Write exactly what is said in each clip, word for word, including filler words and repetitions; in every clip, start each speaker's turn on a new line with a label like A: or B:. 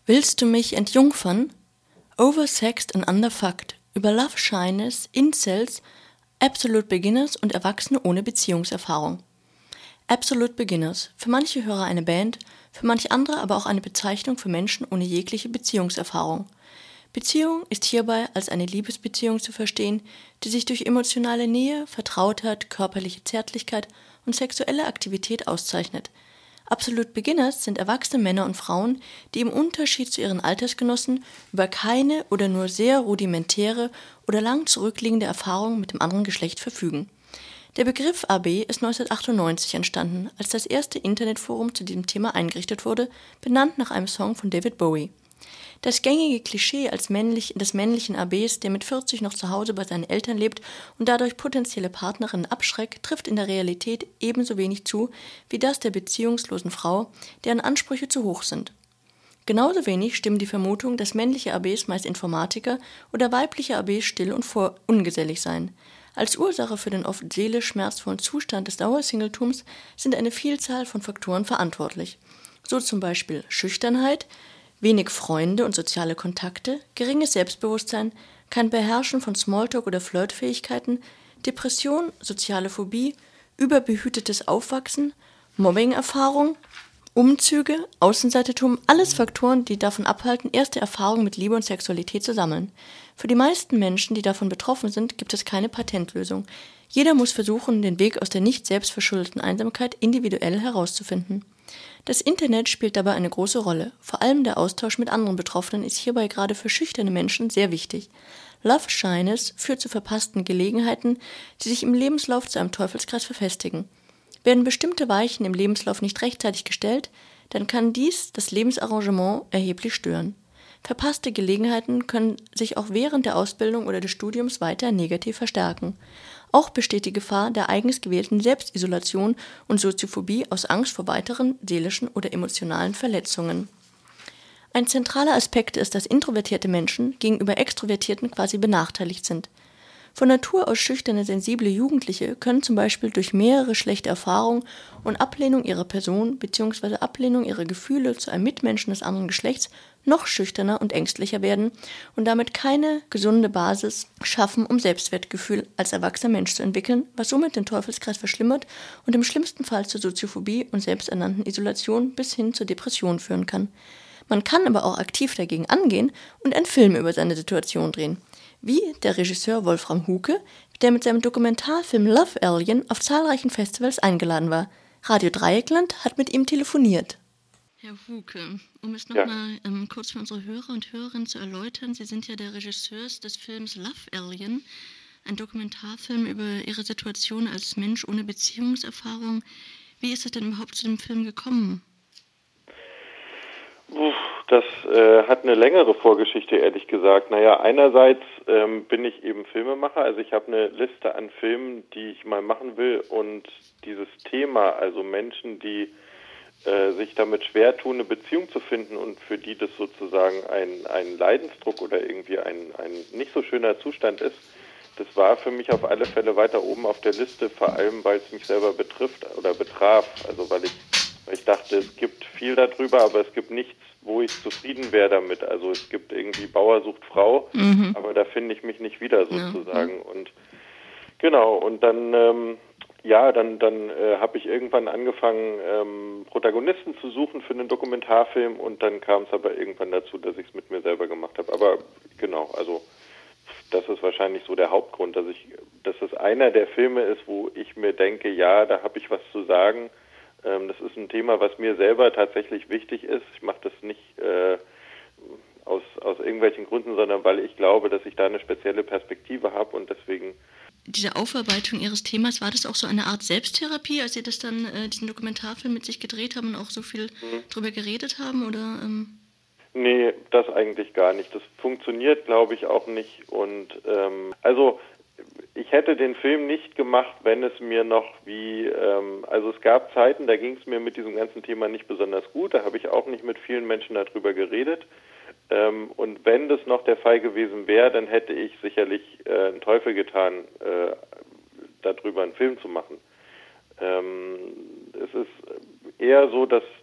A: Willst du mich entjungfern? Oversexed and Underfucked über Love Shyness, Incels, Absolute Beginners und Erwachsene ohne Beziehungserfahrung. Absolute Beginners, für manche Hörer eine Band, für manche andere aber auch eine Bezeichnung für Menschen ohne jegliche Beziehungserfahrung. Beziehung ist hierbei als eine Liebesbeziehung zu verstehen, die sich durch emotionale Nähe, Vertrautheit, körperliche Zärtlichkeit und sexuelle Aktivität auszeichnet. Absolute Beginners sind erwachsene Männer und Frauen, die im Unterschied zu ihren Altersgenossen über keine oder nur sehr rudimentäre oder lang zurückliegende Erfahrung mit dem anderen Geschlecht verfügen. Der Begriff A B ist neunzehnhundertachtundneunzig entstanden, als das erste Internetforum zu diesem Thema eingerichtet wurde, benannt nach einem Song von David Bowie. Das gängige Klischee als männlich, des männlichen A Bs, der mit vierzig noch zu Hause bei seinen Eltern lebt und dadurch potenzielle Partnerinnen abschreckt, trifft in der Realität ebenso wenig zu wie das der beziehungslosen Frau, deren Ansprüche zu hoch sind. Genauso wenig stimmen die Vermutung, dass männliche A Bs meist Informatiker oder weibliche A Bs still und vor ungesellig seien. Als Ursache für den oft seelisch schmerzvollen Zustand des Dauersingletums sind eine Vielzahl von Faktoren verantwortlich. So zum Beispiel Schüchternheit, wenig Freunde und soziale Kontakte, geringes Selbstbewusstsein, kein Beherrschen von Smalltalk oder Flirtfähigkeiten, Depression, soziale Phobie, überbehütetes Aufwachsen, Mobbing-Erfahrung, Umzüge, Außenseitertum, alles Faktoren, die davon abhalten, erste Erfahrungen mit Liebe und Sexualität zu sammeln. Für die meisten Menschen, die davon betroffen sind, gibt es keine Patentlösung. Jeder muss versuchen, den Weg aus der nicht selbstverschuldeten Einsamkeit individuell herauszufinden. Das Internet spielt dabei eine große Rolle. Vor allem der Austausch mit anderen Betroffenen ist hierbei gerade für schüchterne Menschen sehr wichtig. Love Shyness führt zu verpassten Gelegenheiten, die sich im Lebenslauf zu einem Teufelskreis verfestigen. Werden bestimmte Weichen im Lebenslauf nicht rechtzeitig gestellt, dann kann dies das Lebensarrangement erheblich stören. Verpasste Gelegenheiten können sich auch während der Ausbildung oder des Studiums weiter negativ verstärken. Auch besteht die Gefahr der eigens gewählten Selbstisolation und Soziophobie aus Angst vor weiteren seelischen oder emotionalen Verletzungen. Ein zentraler Aspekt ist, dass introvertierte Menschen gegenüber Extrovertierten quasi benachteiligt sind. Von Natur aus schüchterne, sensible Jugendliche können zum Beispiel durch mehrere schlechte Erfahrungen und Ablehnung ihrer Person bzw. Ablehnung ihrer Gefühle zu einem Mitmenschen des anderen Geschlechts noch schüchterner und ängstlicher werden und damit keine gesunde Basis schaffen, um Selbstwertgefühl als erwachsener Mensch zu entwickeln, was somit den Teufelskreis verschlimmert und im schlimmsten Fall zur Soziophobie und selbsternannten Isolation bis hin zur Depression führen kann. Man kann aber auch aktiv dagegen angehen und einen Film über seine Situation drehen. Wie der Regisseur Wolfram Huke, der mit seinem Dokumentarfilm Love Alien auf zahlreichen Festivals eingeladen war. Radio Dreieckland hat mit ihm telefoniert. Herr Huke, um es nochmal ja. ähm, kurz für unsere Hörer und Hörerinnen zu erläutern, Sie sind ja der Regisseur des Films Love Alien, ein Dokumentarfilm über Ihre Situation als Mensch ohne Beziehungserfahrung. Wie ist es denn überhaupt zu dem Film gekommen?
B: Das äh, hat eine längere Vorgeschichte, ehrlich gesagt. Naja, einerseits ähm, bin ich eben Filmemacher, also ich habe eine Liste an Filmen, die ich mal machen will, und dieses Thema, also Menschen, die äh, sich damit schwer tun, eine Beziehung zu finden und für die das sozusagen ein, ein Leidensdruck oder irgendwie ein, ein nicht so schöner Zustand ist, das war für mich auf alle Fälle weiter oben auf der Liste, vor allem weil es mich selber betrifft oder betraf, also weil ich, weil ich dachte, es gibt viel darüber, aber es gibt nichts, wo ich zufrieden wäre damit. Also es gibt irgendwie Bauer sucht Frau, mhm. aber da finde ich mich nicht wieder sozusagen. Ja. Und genau, und dann ähm, ja, dann dann äh, habe ich irgendwann angefangen, ähm, Protagonisten zu suchen für einen Dokumentarfilm, und dann kam es aber irgendwann dazu, dass ich es mit mir selber gemacht habe. Aber genau, also das ist wahrscheinlich so der Hauptgrund, dass ich, dass es einer der Filme ist, wo ich mir denke, ja, da habe ich was zu sagen. Das ist ein Thema, was mir selber tatsächlich wichtig ist. Ich mache das nicht äh, aus, aus irgendwelchen Gründen, sondern weil ich glaube, dass ich da eine spezielle Perspektive habe, und deswegen...
A: Diese Aufarbeitung Ihres Themas, war das auch so eine Art Selbsttherapie, als Sie das dann, äh, diesen Dokumentarfilm mit sich gedreht haben und auch so viel mhm. drüber geredet haben, oder... Ähm
B: Nee, das eigentlich gar nicht. Das funktioniert, glaube ich, auch nicht. Und ähm, also... Ich hätte den Film nicht gemacht, wenn es mir noch wie, ähm, also es gab Zeiten, da ging es mir mit diesem ganzen Thema nicht besonders gut, da habe ich auch nicht mit vielen Menschen darüber geredet. Ähm, und wenn das noch der Fall gewesen wäre, dann hätte ich sicherlich äh, einen Teufel getan, äh, darüber einen Film zu machen. Ähm, es ist eher so, dass,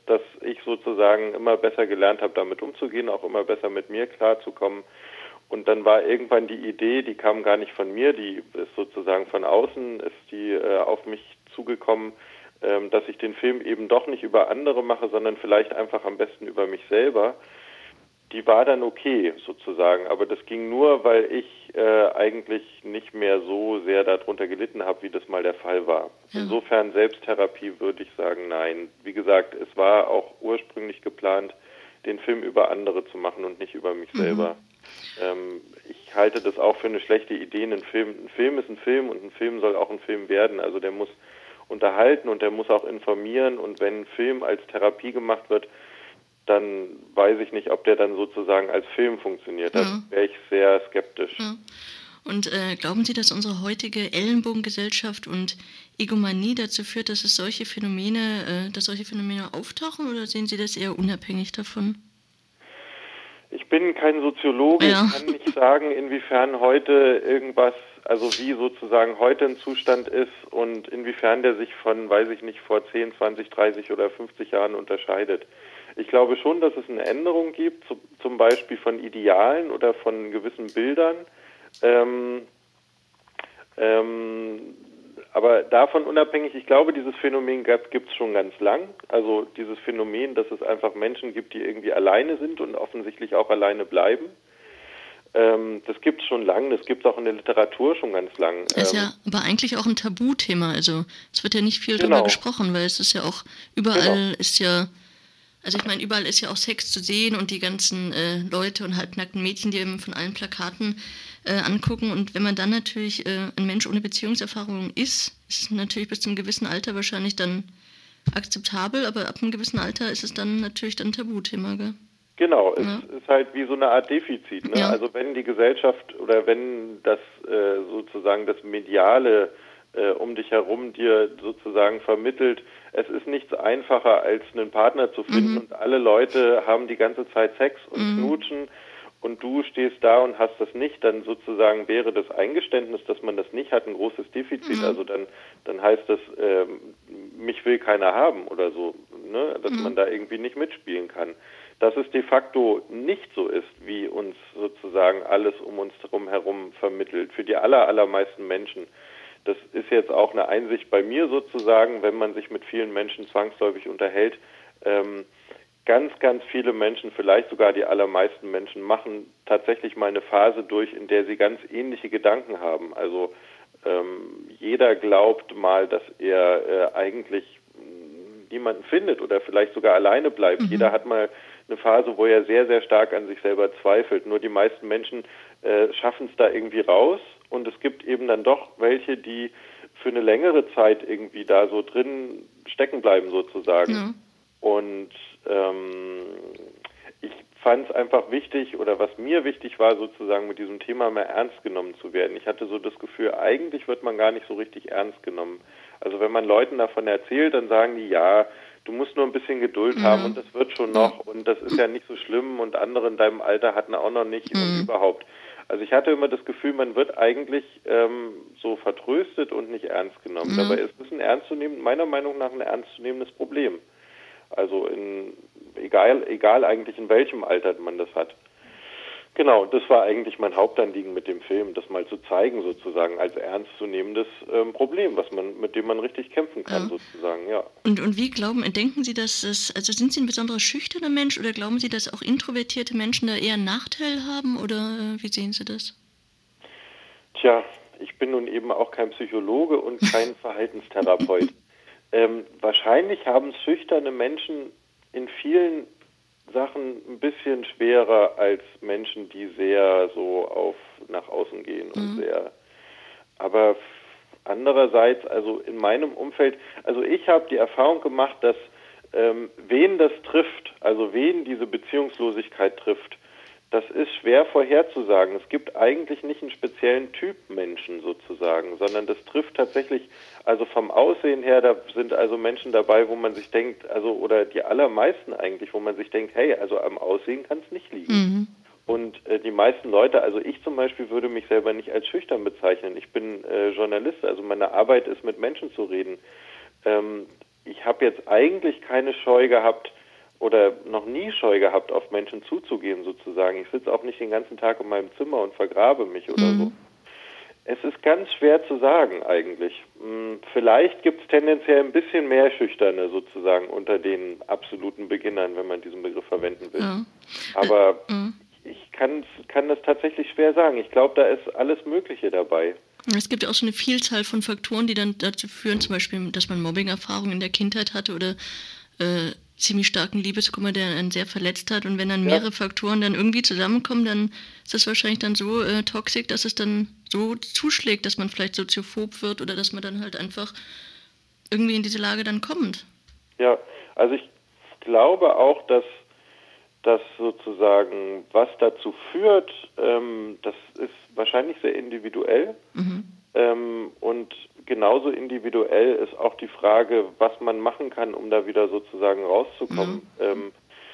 B: dass ich sozusagen immer besser gelernt habe, damit umzugehen, auch immer besser mit mir klarzukommen. Und dann war irgendwann die Idee, die kam gar nicht von mir, die ist sozusagen von außen, ist die äh, auf mich zugekommen, ähm, dass ich den Film eben doch nicht über andere mache, sondern vielleicht einfach am besten über mich selber. Die war dann okay sozusagen, aber das ging nur, weil ich äh, eigentlich nicht mehr so sehr darunter gelitten habe, wie das mal der Fall war. Ja. Insofern Selbsttherapie würde ich sagen, nein. Wie gesagt, es war auch ursprünglich geplant, den Film über andere zu machen und nicht über mich mhm. selber. Ähm, ich halte das auch für eine schlechte Idee. Ein Film, ein Film ist ein Film und ein Film soll auch ein Film werden. Also der muss unterhalten und der muss auch informieren. Und wenn ein Film als Therapie gemacht wird, dann weiß ich nicht, ob der dann sozusagen als Film funktioniert. Da ja. wäre ich sehr skeptisch.
A: Ja. Und äh, glauben Sie, dass unsere heutige Ellenbogengesellschaft und Egomanie dazu führt, dass es solche Phänomene, äh, dass solche Phänomene auftauchen, oder sehen Sie das eher unabhängig davon?
B: Ich bin kein Soziologe, ja. Ich kann nicht sagen, inwiefern heute irgendwas, also wie sozusagen heute ein Zustand ist und inwiefern der sich von, weiß ich nicht, vor zehn, zwanzig, dreißig oder fünfzig Jahren unterscheidet. Ich glaube schon, dass es eine Änderung gibt, zu, zum Beispiel von Idealen oder von gewissen Bildern. Ähm, ähm, aber davon unabhängig, ich glaube, dieses Phänomen gibt es schon ganz lang. Also dieses Phänomen, dass es einfach Menschen gibt, die irgendwie alleine sind und offensichtlich auch alleine bleiben. Ähm, das gibt es schon lang, das gibt es auch in der Literatur schon ganz lang.
A: Das ist ja aber eigentlich auch ein Tabuthema. Also es wird ja nicht viel genau. darüber gesprochen, weil es ist ja auch, überall genau. ist ja... Also ich meine, überall ist ja auch Sex zu sehen und die ganzen äh, Leute und halbnackten Mädchen, die eben von allen Plakaten äh, angucken. Und wenn man dann natürlich äh, ein Mensch ohne Beziehungserfahrung ist, ist es natürlich bis zu einem gewissen Alter wahrscheinlich dann akzeptabel, aber ab einem gewissen Alter ist es dann natürlich dann ein Tabuthema, gell?
B: Genau, es
A: ja.
B: ist halt wie so eine Art Defizit. Ne?
A: Ja.
B: Also wenn die Gesellschaft oder wenn das äh, sozusagen das Mediale äh, um dich herum dir sozusagen vermittelt, es ist nichts einfacher, als einen Partner zu finden mhm. und alle Leute haben die ganze Zeit Sex und mhm. knutschen und du stehst da und hast das nicht, dann sozusagen wäre das Eingeständnis, dass man das nicht hat, ein großes Defizit. Mhm. Also dann, dann heißt das, äh, mich will keiner haben oder so, ne? Dass mhm. man da irgendwie nicht mitspielen kann. Dass es de facto nicht so ist, wie uns sozusagen alles um uns herum vermittelt, für die aller, allermeisten Menschen. Das ist jetzt auch eine Einsicht bei mir sozusagen, wenn man sich mit vielen Menschen zwangsläufig unterhält. Ähm, ganz, ganz viele Menschen, vielleicht sogar die allermeisten Menschen, machen tatsächlich mal eine Phase durch, in der sie ganz ähnliche Gedanken haben. Also ähm, jeder glaubt mal, dass er äh, eigentlich niemanden findet oder vielleicht sogar alleine bleibt. Mhm. Jeder hat mal eine Phase, wo er sehr, sehr stark an sich selber zweifelt. Nur die meisten Menschen äh, schaffen es da irgendwie raus. Und es gibt eben dann doch welche, die für eine längere Zeit irgendwie da so drin stecken bleiben sozusagen. Ja. Und ähm, ich fand es einfach wichtig, oder was mir wichtig war, sozusagen mit diesem Thema mehr ernst genommen zu werden. Ich hatte so das Gefühl, eigentlich wird man gar nicht so richtig ernst genommen. Also wenn man Leuten davon erzählt, dann sagen die, ja, du musst nur ein bisschen Geduld mhm. haben und das wird schon noch und das ist ja nicht so schlimm und andere in deinem Alter hatten auch noch nicht mhm. und überhaupt. Also ich hatte immer das Gefühl, man wird eigentlich ähm, so vertröstet und nicht ernst genommen. Mhm. Dabei ist es ein ernstzunehmend, meiner Meinung nach ein ernstzunehmendes Problem. Also in, egal, egal eigentlich in welchem Alter man das hat. Genau, das war eigentlich mein Hauptanliegen mit dem Film, das mal zu zeigen sozusagen als ernstzunehmendes ähm, Problem, was man, mit dem man richtig kämpfen kann, ja. sozusagen, ja.
A: Und, und wie glauben, denken Sie, dass es, also sind Sie ein besonderer schüchterner Mensch oder glauben Sie, dass auch introvertierte Menschen da eher einen Nachteil haben oder äh, wie sehen Sie das?
B: Tja, ich bin nun eben auch kein Psychologe und kein Verhaltenstherapeut. ähm, wahrscheinlich haben es schüchterne Menschen in vielen Sachen ein bisschen schwerer als Menschen, die sehr so auf nach außen gehen und mhm. sehr. Aber andererseits, also in meinem Umfeld, also ich habe die Erfahrung gemacht, dass ähm, wen das trifft, also wen diese Beziehungslosigkeit trifft, das ist schwer vorherzusagen. Es gibt eigentlich nicht einen speziellen Typ Menschen sozusagen, sondern das trifft tatsächlich, also vom Aussehen her, da sind also Menschen dabei, wo man sich denkt, also oder die allermeisten eigentlich, wo man sich denkt, hey, also am Aussehen kann es nicht liegen. Mhm. Und äh, die meisten Leute, also ich zum Beispiel würde mich selber nicht als schüchtern bezeichnen. Ich bin äh, Journalist, also meine Arbeit ist, mit Menschen zu reden. Ähm, ich habe jetzt eigentlich keine Scheu gehabt oder noch nie Scheu gehabt, auf Menschen zuzugehen sozusagen. Ich sitze auch nicht den ganzen Tag in meinem Zimmer und vergrabe mich oder
A: Mhm.
B: so. Es ist ganz schwer zu sagen eigentlich. Vielleicht gibt es tendenziell ein bisschen mehr Schüchterne sozusagen unter den absoluten Beginnern, wenn man diesen Begriff verwenden will.
A: Ja.
B: Aber
A: Äh, mhm.
B: ich kann, kann das tatsächlich schwer sagen. Ich glaube, da ist alles Mögliche dabei.
A: Es gibt ja auch so eine Vielzahl von Faktoren, die dann dazu führen, zum Beispiel, dass man Mobbing-Erfahrungen in der Kindheit hatte oder äh, ziemlich starken Liebeskummer, der einen sehr verletzt hat. Und wenn dann mehrere ja. Faktoren dann irgendwie zusammenkommen, dann ist das wahrscheinlich dann so äh, toxisch, dass es dann so zuschlägt, dass man vielleicht soziophob wird oder dass man dann halt einfach irgendwie in diese Lage dann kommt.
B: Ja, also ich glaube auch, dass dass sozusagen, was dazu führt, ähm, das ist wahrscheinlich sehr individuell. Mhm. Ähm, und genauso individuell ist auch die Frage, was man machen kann, um da wieder sozusagen rauszukommen. Mhm. Ähm,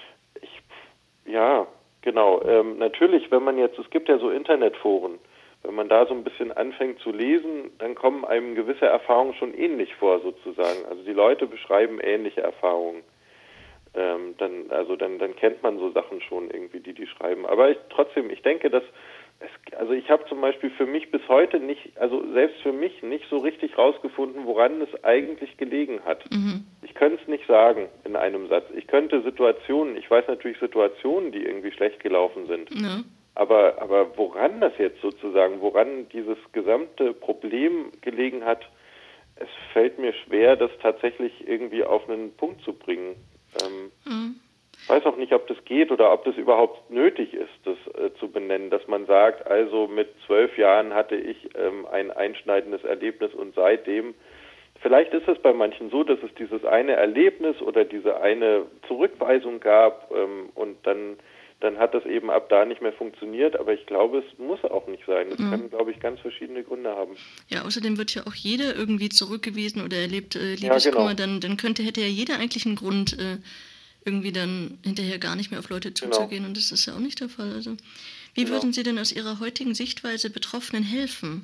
B: ich, ja, genau. Ähm, natürlich, wenn man jetzt, es gibt ja so Internetforen, wenn man da so ein bisschen anfängt zu lesen, dann kommen einem gewisse Erfahrungen schon ähnlich vor sozusagen. Also die Leute beschreiben ähnliche Erfahrungen. Ähm, dann, also dann, dann kennt man so Sachen schon irgendwie, die die schreiben. Aber ich, trotzdem, ich denke, dass es, also ich habe zum Beispiel für mich bis heute nicht, also selbst für mich nicht so richtig rausgefunden, woran es eigentlich gelegen hat. Mhm. Ich könnte es nicht sagen in einem Satz. Ich könnte Situationen, ich weiß natürlich Situationen, die irgendwie schlecht gelaufen sind. Ja. Aber, aber woran das jetzt sozusagen, woran dieses gesamte Problem gelegen hat, es fällt mir schwer, das tatsächlich irgendwie auf einen Punkt zu bringen. Ähm, mhm. Ich weiß auch nicht, ob das geht oder ob das überhaupt nötig ist, das äh, zu benennen, dass man sagt, also mit zwölf Jahren hatte ich ähm, ein einschneidendes Erlebnis und seitdem, vielleicht ist es bei manchen so, dass es dieses eine Erlebnis oder diese eine Zurückweisung gab ähm, und dann, dann hat das eben ab da nicht mehr funktioniert, aber ich glaube, es muss auch nicht sein. Es mhm. kann, glaube ich, ganz verschiedene Gründe haben.
A: Ja, außerdem wird ja auch jeder irgendwie zurückgewiesen oder erlebt äh, Liebeskummer, ja, genau. dann, dann könnte, hätte ja jeder eigentlich einen Grund, äh, irgendwie dann hinterher gar nicht mehr auf Leute zuzugehen, genau. Und das ist ja auch nicht der Fall. Also, wie genau. würden Sie denn aus Ihrer heutigen Sichtweise Betroffenen helfen?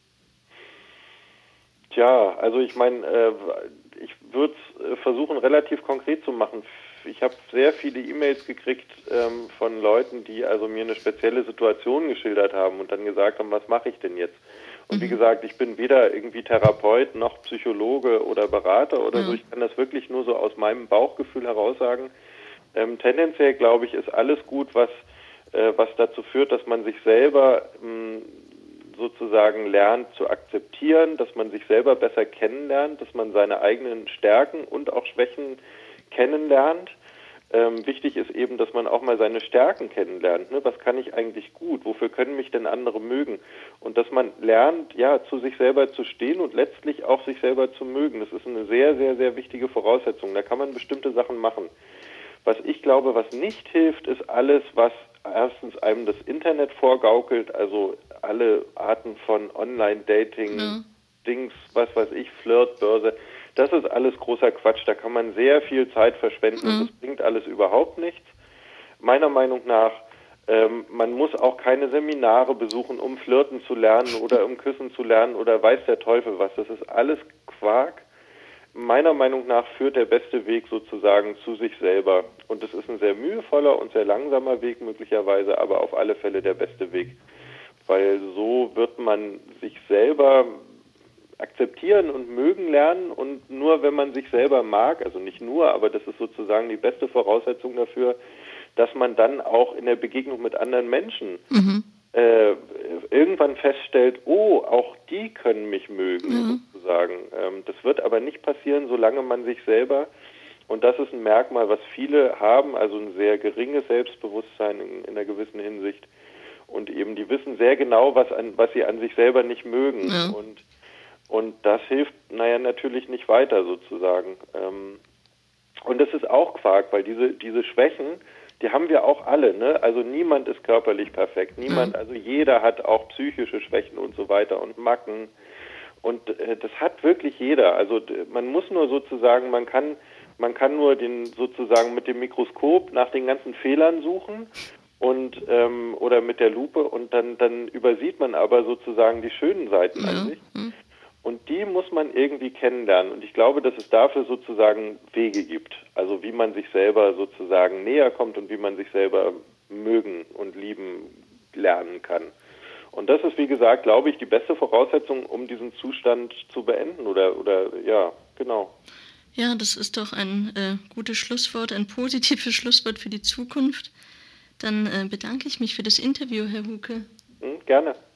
B: Tja, also ich meine, äh, ich würde es versuchen, relativ konkret zu machen. Ich habe sehr viele E-Mails gekriegt ähm, von Leuten, die also mir eine spezielle Situation geschildert haben und dann gesagt haben, was mache ich denn jetzt? Und mhm. wie gesagt, ich bin weder irgendwie Therapeut noch Psychologe oder Berater oder ja. so. Ich kann das wirklich nur so aus meinem Bauchgefühl heraus sagen. Ähm, tendenziell, glaube ich, ist alles gut, was, äh, was dazu führt, dass man sich selber mh, sozusagen lernt zu akzeptieren, dass man sich selber besser kennenlernt, dass man seine eigenen Stärken und auch Schwächen kennenlernt. Ähm, wichtig ist eben, dass man auch mal seine Stärken kennenlernt. Ne? Was kann ich eigentlich gut? Wofür können mich denn andere mögen? Und dass man lernt, ja, zu sich selber zu stehen und letztlich auch sich selber zu mögen. Das ist eine sehr, sehr, sehr wichtige Voraussetzung. Da kann man bestimmte Sachen machen. Was ich glaube, was nicht hilft, ist alles, was erstens einem das Internet vorgaukelt, also alle Arten von Online-Dating, ja. Dings, was weiß ich, Flirtbörse. Das ist alles großer Quatsch. Da kann man sehr viel Zeit verschwenden mhm. und das bringt alles überhaupt nichts. Meiner Meinung nach, ähm, man muss auch keine Seminare besuchen, um Flirten zu lernen oder um Küssen zu lernen oder weiß der Teufel was. Das ist alles Quark. Meiner Meinung nach führt der beste Weg sozusagen zu sich selber. Und es ist ein sehr mühevoller und sehr langsamer Weg möglicherweise, aber auf alle Fälle der beste Weg. Weil so wird man sich selber akzeptieren und mögen lernen und nur wenn man sich selber mag, also nicht nur, aber das ist sozusagen die beste Voraussetzung dafür, dass man dann auch in der Begegnung mit anderen Menschen mhm. äh, irgendwann feststellt, oh, auch die können mich mögen, ja. sozusagen. Ähm, das wird aber nicht passieren, solange man sich selber, und das ist ein Merkmal, was viele haben, also ein sehr geringes Selbstbewusstsein in, in einer gewissen Hinsicht und eben die wissen sehr genau, was, an, was sie an sich selber nicht mögen ja. und Und das hilft, naja, natürlich nicht weiter sozusagen. Und das ist auch Quark, weil diese diese Schwächen, die haben wir auch alle, ne? Also niemand ist körperlich perfekt, niemand, also jeder hat auch psychische Schwächen und so weiter und Macken. Und äh, das hat wirklich jeder. Also man muss nur sozusagen, man kann man kann nur den sozusagen mit dem Mikroskop nach den ganzen Fehlern suchen. Und ähm, oder mit der Lupe und dann dann übersieht man aber sozusagen die schönen Seiten ja. an sich. Mhm. Und die muss man irgendwie kennenlernen. Und ich glaube, dass es dafür sozusagen Wege gibt. Also wie man sich selber sozusagen näher kommt und wie man sich selber mögen und lieben lernen kann. Und das ist, wie gesagt, glaube ich, die beste Voraussetzung, um diesen Zustand zu beenden. Oder, oder ja, genau.
A: Ja, das ist doch ein äh, gutes Schlusswort, ein positives Schlusswort für die Zukunft. Dann äh, bedanke ich mich für das Interview, Herr Huke.
B: Hm, gerne.